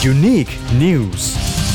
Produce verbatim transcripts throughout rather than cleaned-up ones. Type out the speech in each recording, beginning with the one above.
Unique News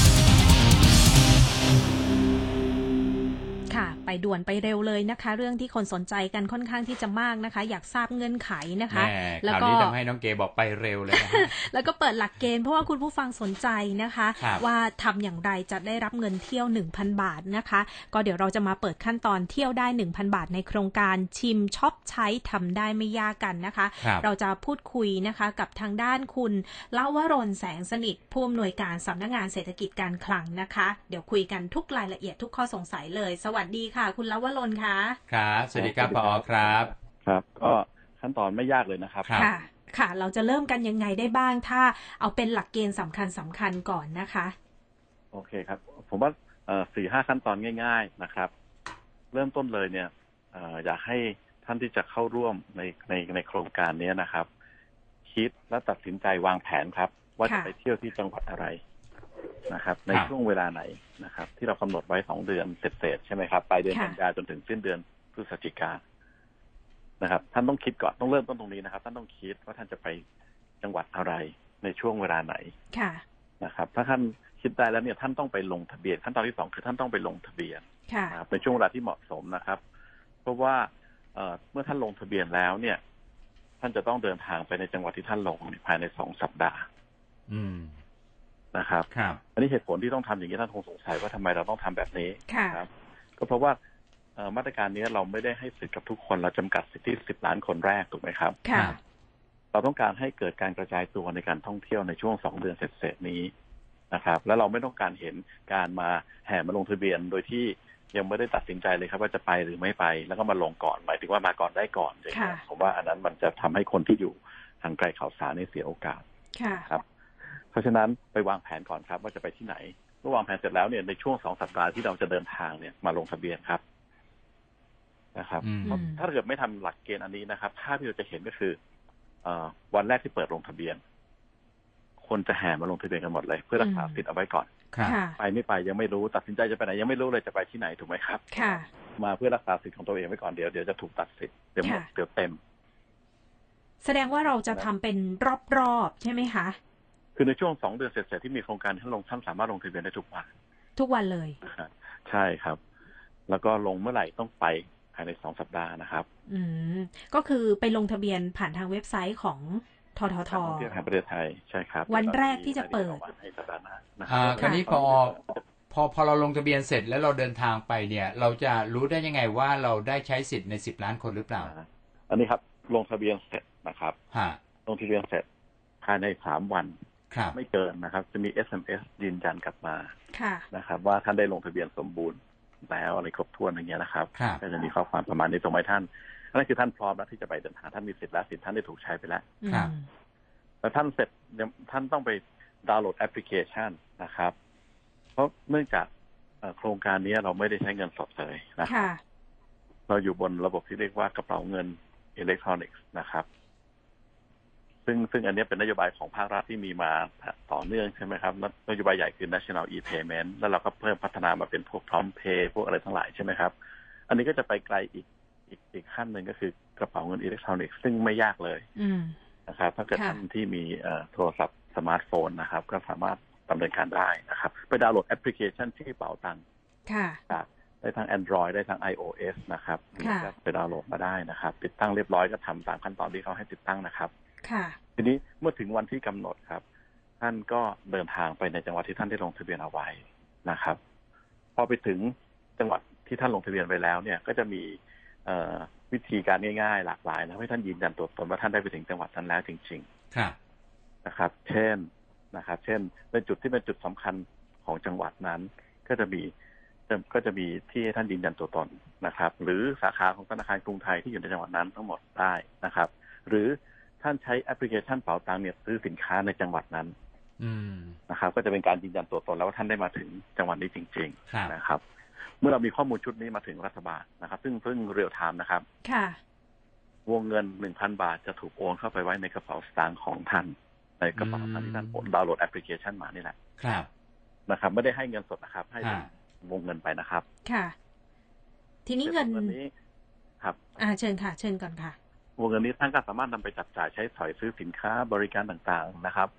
ไปด่วนไปเร็วเลยนะคะเรื่องที่คนสนใจกันค่อนข้างที่จะมากนะคะอยากทราบเงื่อนไขนะคะแล้วก็ทำให้น้องเก๋บอกไปเร็วเลยนะแล้วก็เปิดหลักเกณฑ์เพราะว่าคุณผู้ฟังสนใจนะคะว่าทำอย่างไรจะได้รับเงินเที่ยว หนึ่งพัน บาทนะคะก็เดี๋ยวเราจะมาเปิดขั้นตอนเที่ยวได้ หนึ่งพัน บาทในโครงการชิมช็อปใช้ทำได้ไม่ยากกันนะคะเราจะพูดคุยนะคะกับทางด้านคุณละวรนแสงสนิทผู้อำนวยการสำนักงานเศรษฐกิจการคลังนะคะเดี๋ยวคุยกันทุกรายละเอียดทุกข้อสงสัยเลยสวัสดีค่ะคุณละวรนค่ะครับสวัสดีครับผอครับครับก็ขั้นตอนไม่ยากเลยนะครับค่ะค่ะเราจะเริ่มกันยังไงได้บ้างถ้าเอาเป็นหลักเกณฑ์สำคัญสำคัญก่อนนะคะโอเคครับผมว่าสี่ห้าขั้นตอนง่ายๆนะครับเริ่มต้นเลยเนี่ยอยากให้ท่านที่จะเข้าร่วมในในในโครงการนี้นะครับคิดและตัดสินใจวางแผนครับว่าจะไปเที่ยวที่จังหวัดอะไรนะครับในช่วงเวลาไหนนะครับที่เรากำหนดไว้สองเดือนเสร็จๆใช่ไหมครับปลายเดือนกันยายนจนถึงสิ้นเดือนพฤศจิกายนนะครับท่านต้องคิดก่อนต้องเริ่มต้นตรงนี้นะครับท่านต้องคิดว่าท่านจะไปจังหวัดอะไรในช่วงเวลาไหนนะครับถ้าท่านคิดได้แล้วเนี่ยท่านต้องไปลงทะเบียนขั้นตอนที่สองคือท่านต้องไปลงทะเบียนนะครับในช่วงเวลาที่เหมาะสมนะครับเพราะว่าเอ่อเมื่อท่านลงทะเบียนแล้วเนี่ยท่านจะต้องเดินทางไปในจังหวัดที่ท่านลงภายในสองสัปดาห์อืมนะครับอันนี้เหตุผลที่ต้องทำอย่างนี้ท่านคงสงสัยว่าทำไมเราต้องทำแบบนี้ครับก็เพราะว่ามาตรการนี้เราไม่ได้ให้สิทธิ์กับทุกคนเราจำกัดสิทธิสิบล้านคนแรกถูกไหมครับเราต้องการให้เกิดการกระจายตัวในการท่องเที่ยวในช่วงสองเดือนเศษๆนี้นะครับแล้วเราไม่ต้องการเห็นการมาแห่มาลงทะเบียนโดยที่ยังไม่ได้ตัดสินใจเลยครับว่าจะไปหรือไม่ไปแล้วก็มาลงก่อนหมายถึงว่ามาก่อนได้ก่อนใช่ไหมผมว่าอันนั้นมันจะทำให้คนที่อยู่ห่างไกลข่าวสารเสียโอกาสครับเพราะฉะนั้นไปวางแผนก่อนครับว่าจะไปที่ไหนเมื่อวางแผนเสร็จแล้วเนี่ยในช่วงสองสัปดาห์ที่เราจะเดินทางเนี่ยมาลงทะเบียนครับนะครับถ้าเกิดไม่ทำหลักเกณฑ์อันนี้นะครับภาพที่เราจะเห็นก็คือวันแรกที่เปิดลงทะเบียนคนจะแห่มาลงทะเบียนกันหมดเลยเพื่อรักษาสิทธิ์เอาไว้ก่อนไปไม่ไปยังไม่รู้ตัดสินใจจะไปไหนยังไม่รู้เลยจะไปที่ไหนถูกไหมครับมาเพื่อรักษาสิทธิ์ของตัวเองไว้ก่อนเดี๋ยวเดี๋ยวจะถูกตัดสิทธิ์เดี๋ยวหมดเดี๋ยวเต็มแสดงว่าเราจะทำเป็นรอบๆใช่ไหมคะคือในช่วงสองเดือนเสร็จๆที่มีโครงการท่านลงท่านสามารถลงทะเบียนได้ทุกวันทุกวันเลยใช่ครับแล้วก็ลงเมื่อไหร่ต้องไปภายในสองสัปดาห์นะครับอืมก็คือไปลงทะเบียนผ่านทางเว็บไซต์ของททท. ท่องเที่ยวแห่งประเทศไทยใช่ครับวันแรกที่จะเปิดอ่าคราวนี้พอพอพอเราลงทะเบียนเสร็จแล้วเราเดินทางไปเนี่ยเราจะรู้ได้ยังไงว่าเราได้ใช้สิทธิ์ในสิบล้านคนหรือเปล่าอันนี้ครับลงทะเบียนเสร็จนะครับลงทะเบียนเสร็จภายในสามวันไม่เกินนะครับจะมี เอส เอ็ม เอส ยืนยันกลับมานะครับว่าท่านได้ลงทะเบียนสมบูรณ์แล้วอะไรครบถ้วนอย่างเงี้ยนะครับก็จะมีข้อความประมาณนี้ส่งไปท่านนั่นคือท่านพร้อมแล้วที่จะไปเดินทางท่านมีสิทธิ์แล้วสิทธิ์ท่านได้ถูกใช้ไปแล้วแล้วท่านเสร็จท่านต้องไปดาวน์โหลดแอปพลิเคชันนะครับเพราะเนื่องจากโครงการนี้เราไม่ได้ใช้เงินสดเลยนะครับเราอยู่บนระบบที่เรียกว่ากระเป๋าเงินอิเล็กทรอนิกส์นะครับซึ่งซึ่งอันนี้เป็นนโยบายของภาครัฐที่มีมาต่อเนื่องใช่ไหมครับนโยบายใหญ่คือ National e-Payment แล้วเราก็เพิ่มพัฒนามาเป็นพวก Prompt Pay พวกอะไรทั้งหลายใช่ไหมครับอันนี้ก็จะไปไกลอีกอีกอีกขั้นหนึ่งก็คือกระเป๋าเงินอิเล็กทรอนิกส์ซึ่งไม่ยากเลยนะครับถ้าเกิดท่านที่มีโทรศัพท์สมาร์ทโฟนนะครับก็สามารถดำเนินการได้นะครับไปดาวน์โหลดแอปพลิเคชันที่เป๋าตังค์ได้ทั้ง Android ได้ทั้ง iOS นะครับไปดาวน์โหลดมาได้นะครับติดตั้งเรียบร้อยก็ทำตามขั้นตอนที่เขาให้ติดตั้งนะครับทีนี้เมื่อถึงวันที่กำหนดครับท่านก็เดินทางไปในจังหวัดที่ท่านได้ลงทะเบียนเอาไว้นะครับพอไปถึงจังหวัดที่ท่านลงทะเบียนไว้แล้วเนี่ยก็จะมีวิธีการง่ายๆหลากหลายนะให้ท่านยืนยันตัวตนว่าท่านได้ไปถึงจังหวัดนั้นแล้วจริงๆนะครับเช่นนะครับเช่นเป็นจุดที่เป็นจุดสำคัญของจังหวัดนั้นก็จะมีก็จะมีที่ให้ท่านยืนยันตัวตนนะครับหรือสาขาของธนาคารกรุงไทยที่อยู่ในจังหวัดนั้นทั้งหมดได้นะครับหรือท่านใช้แอปพลิเคชันเป๋าตังค์เนี่ยซื้อสินค้าในจังหวัดนั้นนะครับก็จะเป็นการยืนยันตัวตนแล้วว่าท่านได้มาถึงจังหวัดนี้จริงๆนะครับเมื่อเรามีข้อมูลชุดนี้มาถึงรัฐบาลนะครับซึ่งเพิ่งเรียลไทม์นะครับวงเงิน หนึ่งพัน บาทจะถูกโอนเข้าไปไว้ในกระเป๋าสตางค์ของท่านในกระเป๋าตังค์ที่ท่านโอนดาวน์โหลดแอปพลิเคชันมานี่แหละนะครับไม่ได้ให้เงินสดนะครับให้วงเงินไปนะครับค่ะทีนี้เงินนี้ครับอ่าเชิญค่ะเชิญก่อนค่ะวงเงินนี้ท่านก็สามารถนำไปจับจ่ายใช้สอยซื้อสินค้าบริการต่างๆนะครับ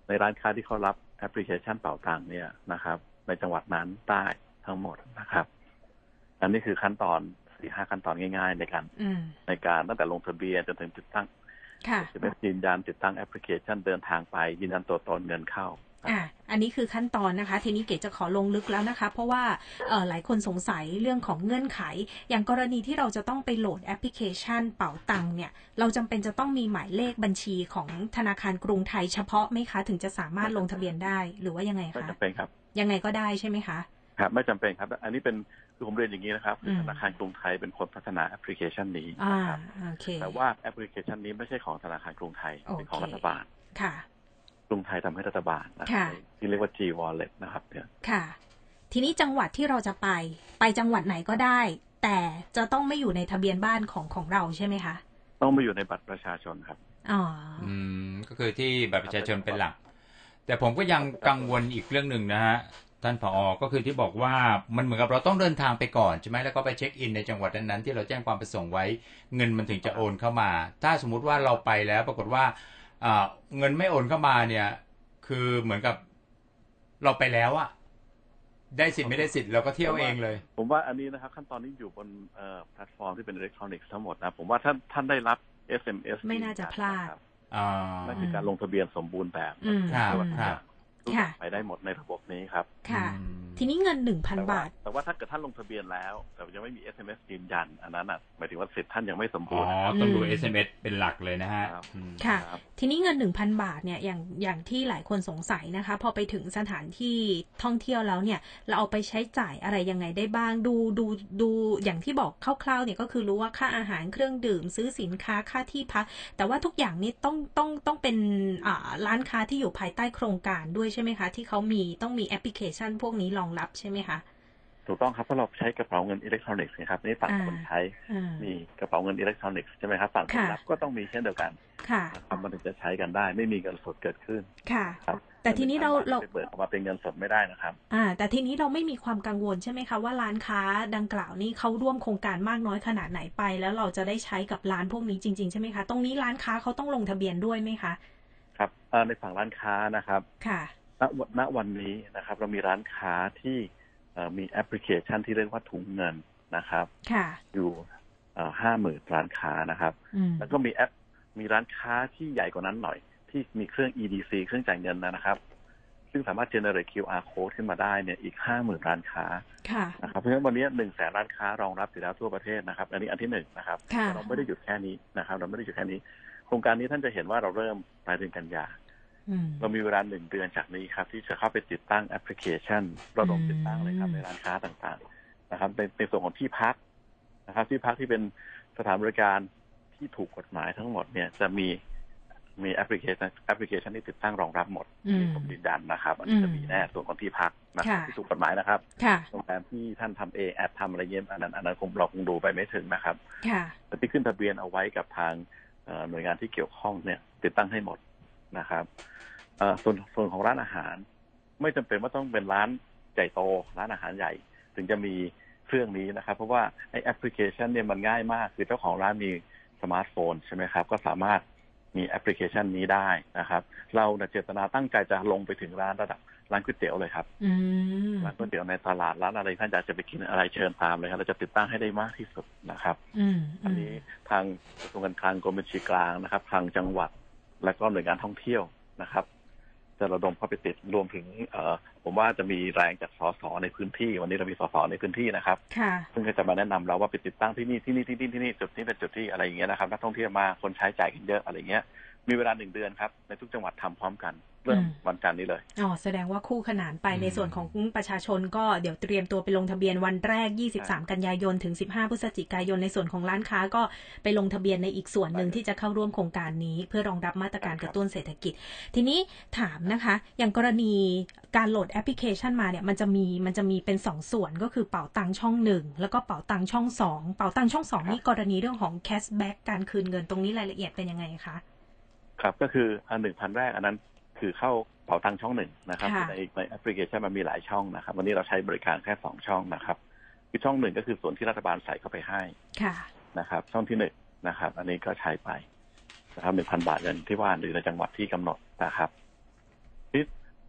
ในร้านค้าที่เขารับแอปพลิเคชันเป๋าตังค์เนี่ยนะครับในจังหวัดนั้นได้ทั้งหมดนะครับอันนี้คือขั้นตอนสี่ห้าขั้นตอนง่ายๆในการในการตั้งแต่ลงทะเบียนจนถึงติดตั้งจะเป็นยืนยันติดตั้งแอปพลิเคชันเดินทางไปยืนยันตัวตนเงินเข้าอ่าอันนี้คือขั้นตอนนะคะทีนี้เก๋จะขอลงลึกแล้วนะคะเพราะว่าเอ่อหลายคนสงสัยเรื่องของเงื่อนไขอย่างกรณีที่เราจะต้องไปโหลดแอปพลิเคชันเป๋าตังค์เนี่ยเราจำเป็นจะต้องมีหมายเลขบัญชีของธนาคารกรุงไทยเฉพาะไหมคะถึงจะสามารถลงทะเบียนได้หรือว่ายังไงคะไม่จำเป็นครับยังไงก็ได้ใช่ไหมคะครับไม่จำเป็นครับอันนี้เป็นคือผมเรียนอย่างนี้นะครับธนาคารกรุงไทยเป็นคนพัฒนาแอปพลิเคชันนี้นะครับแต่ว่าแอปพลิเคชันนี้ไม่ใช่ของธนาคารกรุงไทยเป็นของรัฐบาลค่ะกรุงไทยทำให้รัฐบาลนะครับที่เรียกว่า G Wallet นะครับเนี่ยค่ะทีนี้จังหวัดที่เราจะไปไปจังหวัดไหนก็ได้แต่จะต้องไม่อยู่ในทะเบียนบ้านของของเราใช่ไหมคะต้องไม่อยู่ในบัตรประชาชนครับอ๋ออืมก็คือที่บัตรประชาชนเป็นหลักแต่ผมก็ยังกังวลอีกเรื่องหนึ่งนะฮะท่านผอ.ก็คือที่บอกว่ามันเหมือนกับเราต้องเดินทางไปก่อนใช่ไหมแล้วก็ไปเช็คอินในจังหวัดนั้นๆที่เราแจ้งความประสงค์ไว้เงินมันถึงจะโอนเข้ามาถ้าสมมุติว่าเราไปแล้วปรากฏว่าเงินไม่โอนเข้ามาเนี่ยคือเหมือนกับเราไปแล้วอะได้สิทธิ์ไม่ได้สิทธิ์เราก็เที่ยวเองเลยผมว่าอันนี้นะครับขั้นตอนนี้อยู่บนแพลตฟอร์มที่เป็นอิเล็กทรอนิกส์ทั้งหมดนะผมว่าท่านท่านได้รับ เอส เอ็ม เอสไม่น่าจะพลาดนั่นคือการลงทะเบียนสมบูรณ์แบบไปได้หมดในระบบนี้ครับค่ะทีนี้เงิน หนึ่งพัน บาทแต่ว่าถ้าเกิดท่านลงทะเบียนแล้วแต่ยังไม่มี เอส เอ็ม เอส ยืนยันอันนั้นน่ะหมายถึงว่าสิทธิ์ท่านยังไม่สมบูรณ์อ๋อต้องดู เอส เอ็ม เอส เป็นหลักเลยนะฮะค่ะทีนี้เงิน หนึ่งพัน บาทเนี่ยอย่างอย่างที่หลายคนสงสัยนะคะพอไปถึงสถานที่ท่องเที่ยวแล้วเนี่ยเราเอาไปใช้จ่ายอะไรยังไงได้บ้างดูดูดูอย่างที่บอกคร่าวๆเนี่ยก็คือรู้ว่าค่าอาหารเครื่องดื่มซื้อสินค้าค่าที่พักแต่ว่าทุกอย่างนี้ต้องต้องต้องเป็นอ่าร้านค้าที่อยู่ภายใต้โครงการด้วยใช่ไหมคะที่เขามีต้องมีแอปพลิเคชันพวกนี้รองรับใช่ไหมคะถูกต้องครับเพราะเราใช้กระเป๋าเงินอิเล็กทรอนิกส์นะครับนี่ฝั่งคนใช้มีกระเป๋าเงินอิเล็กทรอนิกส์ใช่ไหมครับฝั่งคนรับก็ต้องมีเช่นเดียวกันค่ะมันถึงจะใช้กันได้ไม่มีเงินสดเกิดขึ้นค่ะแต่ทีนี้เราเราเปิดออกมาเป็นเงินสดไม่ได้นะครับอ่าแต่ทีนี้เราไม่มีความกังวลใช่ไหมคะว่าร้านค้าดังกล่าวนี้เขาร่วมโครงการมากน้อยขนาดไหนไปแล้วเราจะได้ใช้กับร้านพวกนี้จริงๆใช่ไหมคะตรงนี้ร้านค้าเขาต้องลงทะเบียนด้วยไหมคะครับในฝั่งร้านค้านะครับค่ะณณวันนี้นะครับเรามีร้านค้าที่มีแอปพลิเคชันที่เรียกว่าถุงเงินนะครับอยู่ห้าหมื่นร้านค้านะครับแล้วก็มีแอปมีร้านค้าที่ใหญ่กว่านั้นหน่อยที่มีเครื่อง อี ดี ซี เครื่องจ่ายเงินนะครับซึ่งสามารถ generate คิว อาร์ code ขึ้นมาได้เนี่ยอีกห้าหมื่นร้านค้านะครับเพราะฉะนั้นวันนี้หนึ่งแสนร้านค้ารองรับอยู่แล้วทั่วประเทศนะครับอันนี้อันที่หนึ่งนะครับเราไม่ได้หยุดแค่นี้นะครับเราไม่ได้หยุดแค่นี้โครงการนี้ท่านจะเห็นว่าเราเริ่มปลายเดือนกันยาเรามีเวลาหนึ่งเดือนจากนี้ครับที่จะเข้าไปติดตั้งแอปพลิเคชันระดมติดตั้งเลยครับในร้านค้าต่างๆนะครับในในส่วนของที่พักนะครับที่พักที่เป็นสถานบริการที่ถูกกฎหมายทั้งหมดเนี่ยจะมีมีแอปพลิเคชันแอปพลิเคชันที่ติดตั้งรองรับหมดผมยืนยันนะครับอันนี้จะมีแน่ส่วนของที่พักนะครับที่ถูกกฎหมายนะครับโรงแรมที่ท่านทำเองแอปทำอะไรเงี้ยอันนั้นอันนั้นคงเราคงดูไปไม่ถึงนะครับแต่ที่ขึ้นทะเบียนเอาไว้กับทางหน่วยงานที่เกี่ยวข้องเนี่ยติดตั้งให้หมดนะครับส่วนส่วนของร้านอาหารไม่จำเป็นว่าต้องเป็นร้านใหญ่โตร้านอาหารใหญ่ถึงจะมีเครื่องนี้นะครับเพราะว่าไอแอปพลิเคชันเนี่ยมันง่ายมากคือเจ้าของร้านมีสมาร์ทโฟนใช่ไหมครับก็สามารถมีแอปพลิเคชันนี้ได้นะครับเราเจตนาตั้งใจจะลงไปถึงร้านระดับร้านก๋วยเตี๋ยวเลยครับร้านก๋วยเตี๋ยวในตลาดร้านอะไรท่านอยากจะไปกินอะไรเชิญตามเลยครับเราจะติดตั้งให้ได้มากที่สุดนะครับอันนี้ทางกระทรวงการคลังกรมบัญชีกลางนะครับทางจังหวัดและก็หน่วยงานท่องเที่ยวนะครับจะระดมเข้าไปติดรวมถึงเอ่อผมว่าจะมีแรงจากสสในพื้นที่วันนี้เรามีสสในพื้นที่นะครับซึ่งก็จะมาแนะนำเราว่าไปติดตั้งที่นี่ที่นี่ที่นี่ที่นี่จุดนี้เป็นจุดที่อะไรอย่างเงี้ยนะครับนักท่องเที่ยวมาคนใช้จ่ายกันเยอะอะไรเงี้ยมีเวลาหนึ่งเดือนครับในทุกจังหวัดทำพร้อมกันเริ่มวันจันทร์นี้เลยอ๋อแสดงว่าคู่ขนานไปในส่วนของประชาชนก็เดี๋ยวเตรียมตัวไปลงทะเบียนวันแรกยี่สิบสามกันยายนถึงสิบห้าพฤศจิกายนในส่วนของร้านค้าก็ไปลงทะเบียนในอีกส่วนหนึ่งที่จะเข้าร่วมโครงการนี้เพื่อรองรับมาตรการกระตุ้นเศรษฐกิจทีนี้ถามนะคะอย่างกรณีการโหลดแอปพลิเคชันมาเนี่ยมันจะมีมันจะมีเป็นสองส่วนก็คือเป๋าตังช่องหนึ่งแล้วก็เป๋าตังช่องสองเป๋าตังช่องสองนี่กรณีเรื่องของแคชแบ็กการคืนเงินตรงนี้รายละเอียดเป็นยังไงคะครับก็คืออันหนึ่งพันแรกอันนั้นคือเข้าเป๋าตังช่องหนึ่งนะครับในในแอปพลิเคชันมันมีหลายช่องนะครับวันนี้เราใช้บริการแค่สองช่องนะครับคือช่องหนึ่งก็คือส่วนที่รัฐบาลใส่เข้าไปให้นะครับช่องที่หนึ่งนะครับอันนี้ก็ใช้ไปนะครับหนึ่งพันบาทเงินที่ว่าหรือในจังหวัดที่กำหนดนะครับ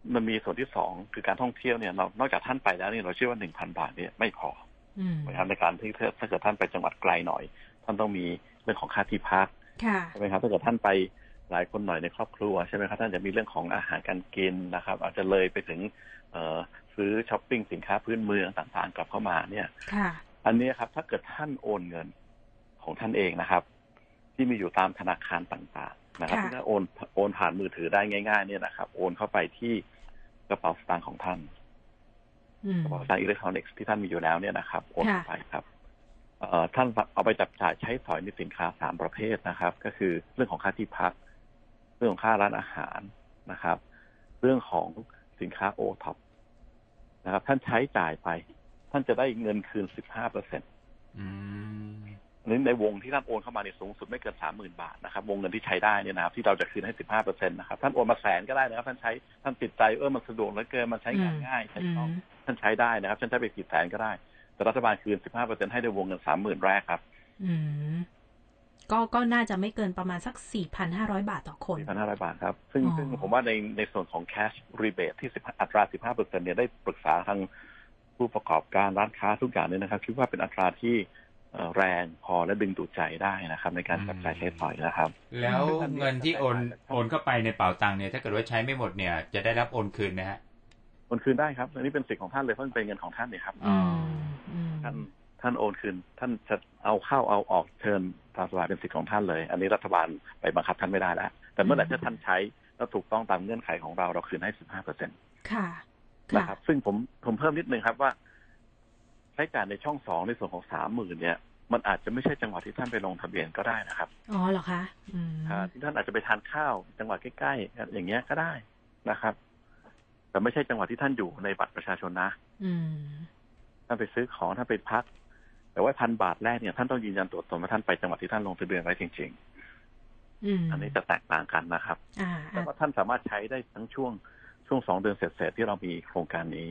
มันมีส่วนที่สองคือการท่องเที่ยวเนี่ยเรานอกจากท่านไปแล้วเนี่ยเราเชื่อว่าหนึ่งพันบาทเนี่ยไม่พอนะครับในการที่ถ้าเกิดท่านไปจังหวัดไกลหน่อยท่านต้องมีเรื่องของค่าที่พักใช่ไหมครับถ้าเกิดท่านไปหลายคนหน่อยในครอบครัวใช่ไหมครับท่านจะมีเรื่องของอาหารการกินนะครับอาจจะเลยไปถึงซื้อช้อปปิ้งสินค้าพื้นเมืองต่างๆกลับเข้ามาเนี่ยอันนี้ครับถ้าเกิดท่านโอนเงินของท่านเองนะครับที่มีอยู่ตามธนาคารต่างๆนะครับที่ถ้าโอนโอนผ่านมือถือได้ง่ายๆเนี่ยนะครับโอนเข้าไปที่กระเป๋าสตางค์ของท่านกระเป๋าสตางค์อิเล็กทรอนิกส์ที่ท่านมีอยู่แล้วเนี่ยนะครับโอนเข้าไปครับท่านเอาไปจับจ่ายใช้สอยในสินค้าสามประเภทนะครับก็คือเรื่องของค่าที่พักเรื่องของค่าร้านอาหารนะครับเรื่องของสินค้าโอท็อปนะครับท่านใช้จ่ายไปท่านจะได้เงินคืน สิบห้าเปอร์เซ็นต์ อืมนี้ในวงที่ท่านโอนเข้ามาในสูงสุดไม่เกิน สามหมื่น บาทนะครับวงเงินที่ใช้ได้เนี่ยนะครับที่เราจะคืนให้ สิบห้าเปอร์เซ็นต์ นะครับท่านโอนมาแสนก็ได้นะครับท่านใช้ท่านติดใจเออมันสะดวกเหลือเกินมันใช้งานง่ายใช้ต้องท่านใช้ได้นะครับท่านใช้ไปกี่แสนก็ได้แต่รัฐบาลคืน สิบห้าเปอร์เซ็นต์ ให้ในวงเงิน สามหมื่น แรกครับอืมก็ก็น่าจะไม่เกินประมาณสัก สี่พันห้าร้อย บาทต่อคนสี่พันห้าร้อย บาทครับซึ่งซึ่งผมว่าในในส่วนของ cash rebate ที่อัตรา สิบห้าเปอร์เซ็นต์ เนี่ยได้ปรึกษาทางผู้ประกอบการร้านค้าทุกอย่างเนี่ยนะครับคิดว่าเป็นอัตราที่แรงพอและดึงดูดใจได้นะครับในการจับจ่ายใช้สอยนะครับแล้วเงินที่โอนโอนเข้าไปในเป๋าตังค์เนี่ยถ้าเกิดว่าใช้ไม่หมดเนี่ยจะได้รับโอนคืนไหมฮะโอนคืนได้ครับอันนี้เป็นสิทธิ์ของท่านเลยเพราะมันเป็นเงินของท่านเนี่ยครับท่านท่านโอนคืนท่านจะเอาเข้าเอาออกเชิญตามสบายเป็นสิทธิ์ของท่านเลยอันนี้รัฐบาลไปบังคับท่านไม่ได้แล้วแต่เมื่อไหร่ที่ท่านใช้แล้วถูกต้องตามเงื่อนไขของเราเราคืนให้ สิบห้าเปอร์เซ็นต์ ค่ะนะครับซึ่งผมผมเพิ่มนิดนึงครับว่าใช้จ่ายในช่องสองในส่วนของ สามหมื่น เนี่ยมันอาจจะไม่ใช่จังหวัดที่ท่านไปลงทะเบียนก็ได้นะครับอ๋อเหรอคะอืมที่ท่านอาจจะไปทานข้าวจังหวัดใกล้ๆอย่างเงี้ยก็ได้นะครับแต่ไม่ใช่จังหวัดที่ท่านอยู่ในบัตรประชาชนนะอืมท่านไปซื้อของท่านไปพักแต่ว่าพันบาทแรกเนี่ยท่านต้องยืนยันตัวตนว่าท่านไปจังหวัดที่ท่านลงทะเบียนไว้จริงๆอันนี้จะแตกต่างกันนะครับแล้วก็ท่านสามารถใช้ได้ทั้งช่วงช่วงสองเดือนเศษๆที่เรามีโครงการนี้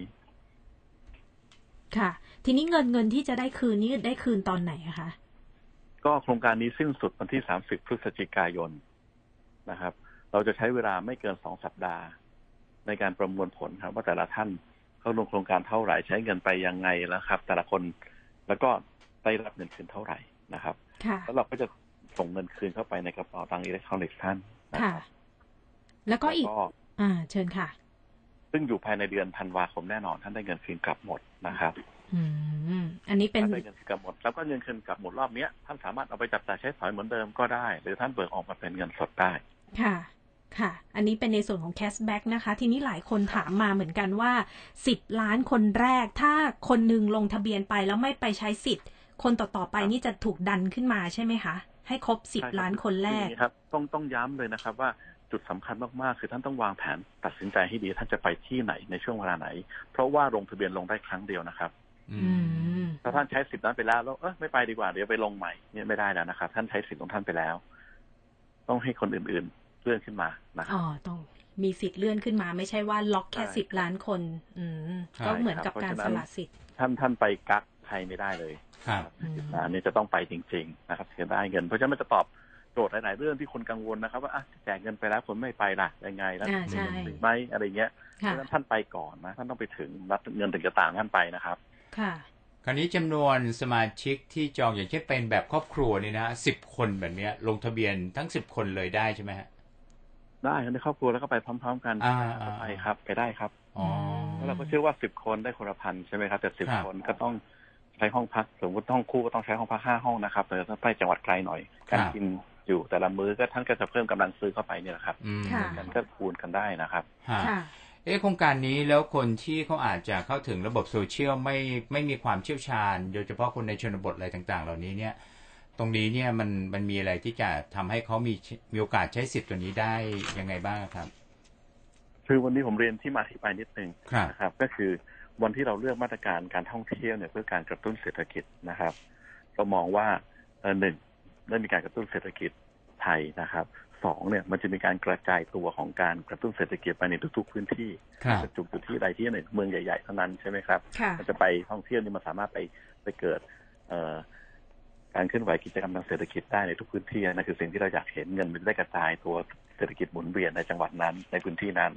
ค่ะทีนี้เงินเงินที่จะได้คืนนี้ได้คืนตอนไหนอะคะก็โครงการนี้สิ้นสุดวันที่สามสิบพฤศจิกายนนะครับเราจะใช้เวลาไม่เกินสองสัปดาห์ในการประมวลผลครับว่าแต่ละท่านเข้าลงโครงการเท่าไหร่ใช้เงินไปยังไงแล้วครับแต่ละคนแล้วก็ได้รับเงินคืนเท่าไหร่นะครับแล้วเราก็จะส่งเงินคืนเข้าไปในกระเป๋าตังค์อิเล็กทรอนิกส์ท่านค่ะแล้วก็อีกอ่าเชิญค่ะซึ่งอยู่ภายในเดือนธันวาคมแน่นอนท่านได้เงินคืนกลับหมดนะครับอืมอันนี้เป็นได้เงินคืนกลับหมดแล้วก็เงินคืนกลับหมดรอบนี้ท่านสามารถเอาไปจับจ่ายใช้สอยเหมือนเดิมก็ได้หรือท่านเบิกออกมาเป็นเงินสดได้ค่ะค่ะอันนี้เป็นในส่วนของแคชแบ็กนะคะทีนี้หลายคนถามมาเหมือนกันว่าสิบล้านคนแรกถ้าคนหนึ่งลงทะเบียนไปแล้วไม่ไปใช้สิทธิ์คนต่อๆไปนี่จะถูกดันขึ้นมาใช่ไหมคะให้ครบสิบล้านคนแรกครับต้องต้องย้ำเลยนะครับว่าจุดสำคัญมากๆคือท่านต้องวางแผนตัดสินใจให้ดีท่านจะไปที่ไหนในช่วงเวลาไหนเพราะว่าลงทะเบียนลงได้ครั้งเดียวนะครับถ้าท่านใช้สิทธิ์นั้นไปแล้วแล้วเออไม่ไปดีกว่าเดี๋ยวไปลงใหม่เนี่ยไม่ได้แล้วนะครับท่านใช้สิทธิ์ของท่านไปแล้วต้องให้คนอื่นๆเลื่อนขึ้นมานะครับอ๋อต้องมีสิทธิ์เลื่อนขึ้นมาไม่ใช่ว่าล็อกแค่สิบล้านคนอืมก็เหมือนกับการสละสิทธิ์ท่านท่านไปกักใครไม่ได้เลยครับอันนี้จะต้องไปจริงๆนะครับถึงได้เงินเพราะฉะนั้นมันจะตอบโจทย์หลายๆเรื่องที่คนกังวลนะครับว่าแจกเงินไปแล้วคนไม่ไปล่ะยังไงแล้วจะมีเงินหรือไม่อะไรเงี้ยเพราะฉะนั้นท่านไปก่อนนะท่านต้องไปถึงรับเงินถึงจะต่างท่านไปนะครับค่ะคราวนี้จำนวนสมาชิกที่จองอย่างเช่นเป็นแบบครอบครัวนี่นะสิบคนแบบนี้ลงทะเบียนทั้งสิบคนเลยได้ใช่ไหมฮะได้ในครอบครัวแล้วก็ไปพร้อมๆกันไปครับไปได้ครับแล้วเราก็เชื่อว่าสิบคนได้คนละพันใช่ไหมครับแต่สิบคนก็ต้องใช้ห้องพักสมมติห้องคู่ก็ต้องใช้ห้องพักห้าห้องนะครับแต่ถ้าไปจังหวัดไกลหน่อยการกินอยู่แต่ละมื้อก็ท่านก็จะเพิ่มกำลังซื้อเข้าไปเนี่ยนะครับกันก็คูณกันได้นะครับเอ๊ะโครงการนี้แล้วคนที่เขาอาจจะเข้าถึงระบบโซเชียลไม่ไม่มีความเชี่ยวชาญโดยเฉพาะคนในชนบทอะไรต่างๆเหล่านี้เนี่ยตรงนี้เนี่ยมันมันมีอะไรที่จะทำให้เขามีมีโอกาสใช้สิทธิ์ตัวนี้ได้ยังไงบ้างครับคือวันนี้ผมเรียนที่มาที่ไปนิดนึงนะครับก็คือวันที่เราเลือกมาตรการการท่องเที่ยวเนี่ยเพื่อการกระตุ้นเศรษฐกิจนะครับเรามองว่าหนึ่งได้มีการกระตุ้นเศรษฐกิจไทยนะครับสองเนี่ยมันจะมีการกระจายตัวของการกระตุ้นเศรษฐกิจไปในทุกๆพื้นที่จะจุกอยู่ที่ใดที่หนึ่งเมืองใหญ่ๆเท่านั้นใช่ไหมครับมันจะไปท่องเที่ยวนี่มันสามารถไปไปเกิดการเคลื่อนไหวกิจกรรมทางเศรษฐกิจได้ในทุกพื้นที่นั่นคือสิ่งที่เราอยากเห็นเงินมันได้กระจายตัวเศรษฐกิจหมุนเวียนในจังหวัดนั้นในพื้นที่นั้น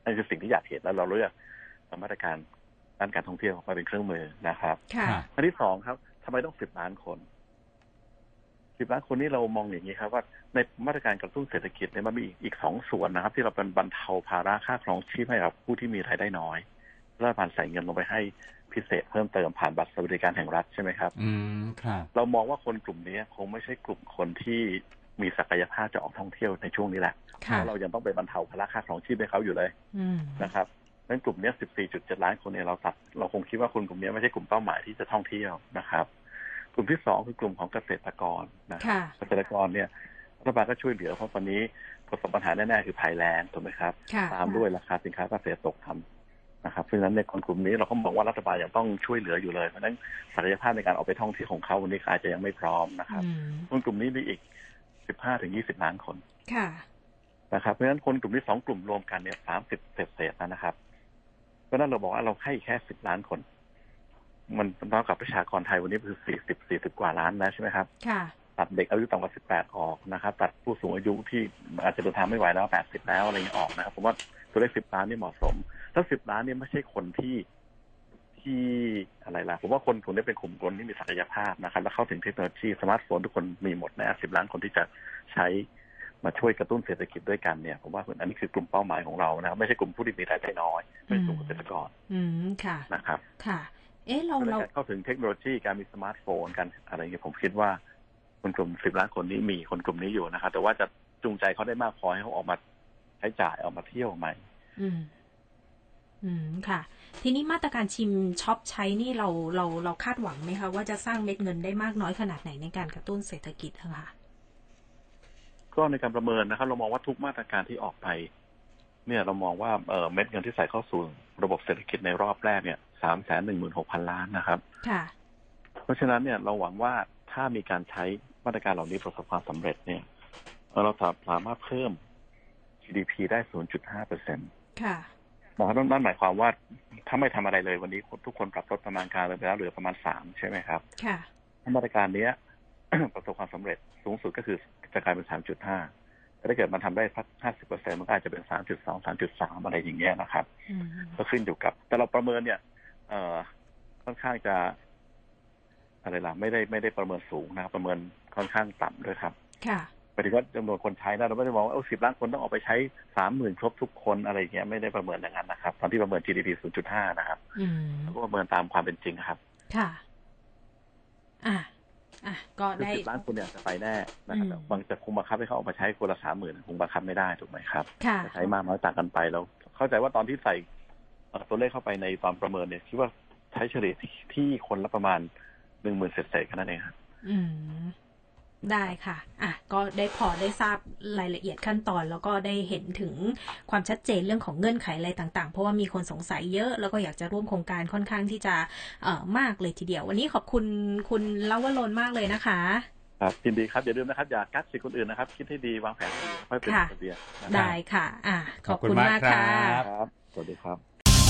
นั่นคือสิ่งที่อยากเห็นแล้วเราเลือกมาตรการด้านการท่องเที่ยวมาเป็นเครื่องมือนะครับอันที่สองครับทำไมต้องสิบล้านคนสิบล้านคนนี้เรามองอย่างนี้ครับว่าในมาตรการกระตุ้นเศรษฐกิจเนี่ยมันมีอีกสองส่วนนะครับที่เราเป็นบรรเทาภาระค่าครองชีพให้กับผู้ที่มีรายได้น้อยรัฐบาลใส่เงินลงไปให้พิเศษเพิ่มเติมผ่านบัตรสวัสดิการแห่งรัฐใช่ไหมครับอืมครับเรามองว่าคนกลุ่มนี้คงไม่ใช่กลุ่มคนที่มีศักยภาพจะออกท่องเที่ยวในช่วงนี้แหละเพราะเรายังต้องไปบรรเทาภาระค่าครองชีพให้เขาอยู่เลยนะครับนั้นกลุ่มนี้ สิบสี่จุดเจ็ด ล้านคนเนี่ยเราตัดเราคงคิดว่าคนกลุ่มนี้ไม่ใช่กลุ่มเป้าหมายที่จะท่องเที่ยวนะครับกลุ่มที่สองคือกลุ่มของเกษตรกรนะเกษตรกรเนี่ยรัฐบาลก็ช่วยเหลือเพราะตอนนี้ประสบปัญหาแน่ๆคือภัยแล้งถูกไหมครับตามด้วยราคาสินค้าเกษตรตกต่ำนะครับเพราะฉะนั้นในคนกลุ่มนี้เราก็มองว่ารัฐบาลยังต้องช่วยเหลืออยู่เลยเพราะฉะนั้นศักยภาพในการออกไปท่องเที่ยวของเขาวันนี้อาจจะยังไม่พร้อมนะครับคนกลุ่มนี้มีอีก สิบห้าถึงยี่สิบ ล้านคนนะครับเพราะฉะนั้นคนกลุ่มที่สองกลุ่มรวมกันเนี่ยสามสิบเศษๆนะครับเพราะนั้นเราบอกว่าเราให้แค่สิบล้านคนมันเท่ากับประชากรไทยวันนี้คือสี่สิบ สี่สิบกว่าล้านแล้วใช่ไหมครับตัดเด็กอายุต่ำกว่าสิบแปดออกนะครับตัดผู้สูงอายุที่อาจจะเดินทางไม่ไหวแล้วแปดสิบแล้วอะไรอย่างนี้ออกนะครับผมว่าตัวเลขสิบล้านนี่เหมาะสมถ้าสิบล้านนี่ไม่ใช่คนที่ที่อะไรล่ะผมว่าคนกลุ่มนี้เป็นกลุ่มคนที่มีศักยภาพนะครับแล้วเข้าถึงเทคโนโลยีสมาร์ทโฟนทุกคนมีหมดนะสิบล้านคนที่จะใช้มาช่วยกระตุ้นเศรษฐกิจด้วยกันเนี่ยผมว่าอันนี้คือกลุ่มเป้าหมายของเรานะครับไม่ใช่กลุ่มผู้ที่มีรายได้น้อยไม่ใช่กลุ่มเกษตรกรอืมค่ะนะครับค่ะเอ๊ะเราเราเข้าถึงเทคโนโลยีการมีสมาร์ทโฟนกันอะไรอย่างเงี้ยผมคิดว่าคนกลุ่มสิบล้านคนนี้มีคนกลุ่มนี้อยู่นะครับแต่ว่าจะจูงใจเขาได้มากพอให้เขาออกมาใช้จ่ายออกมาเที่ยวใหม่อืมอืมค่ะทีนี้มาตรการชิมช็อปใช้นี่เราเราเราคาดหวังไหมคะว่าจะสร้างเม็ดเงินได้มากน้อยขนาดไหนในการกระตุ้นเศรษฐกิจคะก็ในการประเมินนะครับเรามองว่าทุกมาตรการที่ออกไปเนี่ยเรามองว่าเอ่อเม็ดเงินที่ใส่เข้าสู่ระบบเศรษฐกิจในรอบแรกเนี่ยสามแสนหนึ่งหมื่นหกพันล้านนะครับค่ะเพราะฉะนั้นเนี่ยเราหวังว่าถ้ามีการใช้มาตรการเหล่านี้ประสบความสำเร็จเนี่ยเราสามารถเพิ่ม จี ดี พี ได้ ศูนย์จุดห้าเปอร์เซ็นต์ค่ะนะครับนั่นหมายความว่าถ้าไม่ทำอะไรเลยวันนี้ทุกคนปรับลดประมาณการไปแล้วเหลือประมาณสามใช่ไหมครับค่ะมาตรการนี้ ประสบความสำเร็จสูงสุดก็คือจะกลายเป็น สามจุดห้า แต่ถ้าเกิดมันทำได้สัก ห้าสิบเปอร์เซ็นต์ มันก็อาจจะเป็น สามจุดสอง สามจุดสาม อะไรอย่างเงี้ยนะครับก็ขึ้นอยู่กับแต่เราประเมินเนี่ยเอ่อค่อนข้างจะอะไรล่ะไม่ได้ไม่ได้ประเมินสูงนะครับประเมินค่อนข้างต่ำด้วยครับค่ะหมายถึงว่าจำนวนคนใช้นะเราไม่ได้มองว่าเอาสิบล้านคนต้องออกไปใช้ สามหมื่น ครบทุกคนอะไรอย่างเงี้ยไม่ได้ประเมินอย่างนั้นนะครับตอนที่ประเมิน จี ดี พี ศูนย์จุดห้า นะครับก็ประเมินตามความเป็นจริงครับค่ะอ่ะอ่ะก็ได้สิบล้านคนเนี่ยจะไปแน่นะครับบางจะคงบังคับให้เขาออกมาใช้คนละ สามหมื่น คงบังคับไม่ได้ถูกไหมครับจะใช้มากน้อยต่างกันไปแล้วเข้าใจว่าตอนที่ใส่ตัวเลขเข้าไปในตอนประเมินเนี่ยคิดว่าใช้เฉลี่ยที่คนละประมาณ หนึ่งหมื่น เศษๆแค่นั้นเองครับอืมได้ค่ะอ่ะก็ได้พอได้ทราบรายละเอียดขั้นตอนแล้วก็ได้เห็นถึงความชัดเจนเรื่องของเงื่อนไขอะไรต่างๆเพราะว่ามีคนสงสัยเยอะแล้วก็อยากจะร่วมโครงการค่อนข้างที่จะเอ่อมากเลยทีเดียววันนี้ขอบคุณคุณลวรนมากเลยนะคะครับยินดีครับอย่าลืมนะครับอย่ากัดสิทธิ์คนอื่นนะครับคิดให้ดีวางแผนให้ดีค่อยเป็นระเบียบได้ค่ะอ่ะขอบคุณมากค่ะครับสวัสดีครับ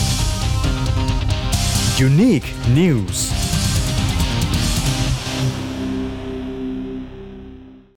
Unique News